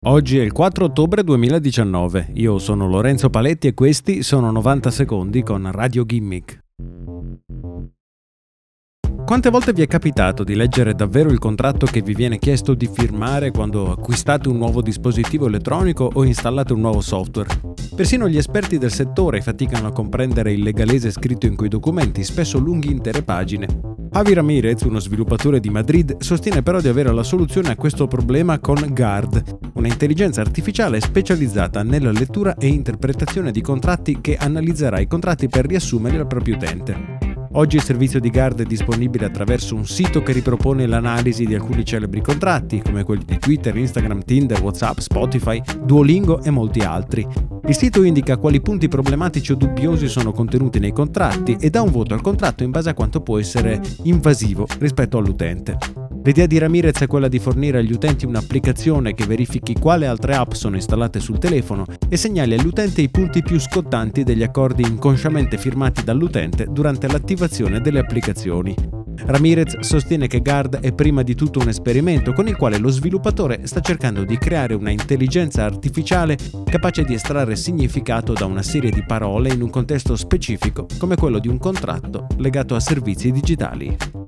Oggi è il 4 ottobre 2019, io sono Lorenzo Paletti e questi sono 90 secondi con Radio Gimmick. Quante volte vi è capitato di leggere davvero il contratto che vi viene chiesto di firmare quando acquistate un nuovo dispositivo elettronico o installate un nuovo software? Persino gli esperti del settore faticano a comprendere il legalese scritto in quei documenti, spesso lunghi intere pagine. Javi Ramirez, uno sviluppatore di Madrid, sostiene però di avere la soluzione a questo problema con Guard, una intelligenza artificiale specializzata nella lettura e interpretazione di contratti che analizzerà i contratti per riassumerli al proprio utente. Oggi il servizio di Guard è disponibile attraverso un sito che ripropone l'analisi di alcuni celebri contratti, come quelli di Twitter, Instagram, Tinder, WhatsApp, Spotify, Duolingo e molti altri. Il sito indica quali punti problematici o dubbiosi sono contenuti nei contratti e dà un voto al contratto in base a quanto può essere invasivo rispetto all'utente. L'idea di Ramirez è quella di fornire agli utenti un'applicazione che verifichi quale altre app sono installate sul telefono e segnali all'utente i punti più scottanti degli accordi inconsciamente firmati dall'utente durante l'attivazione delle applicazioni. Ramirez sostiene che Guard è prima di tutto un esperimento con il quale lo sviluppatore sta cercando di creare una intelligenza artificiale capace di estrarre significato da una serie di parole in un contesto specifico come quello di un contratto legato a servizi digitali.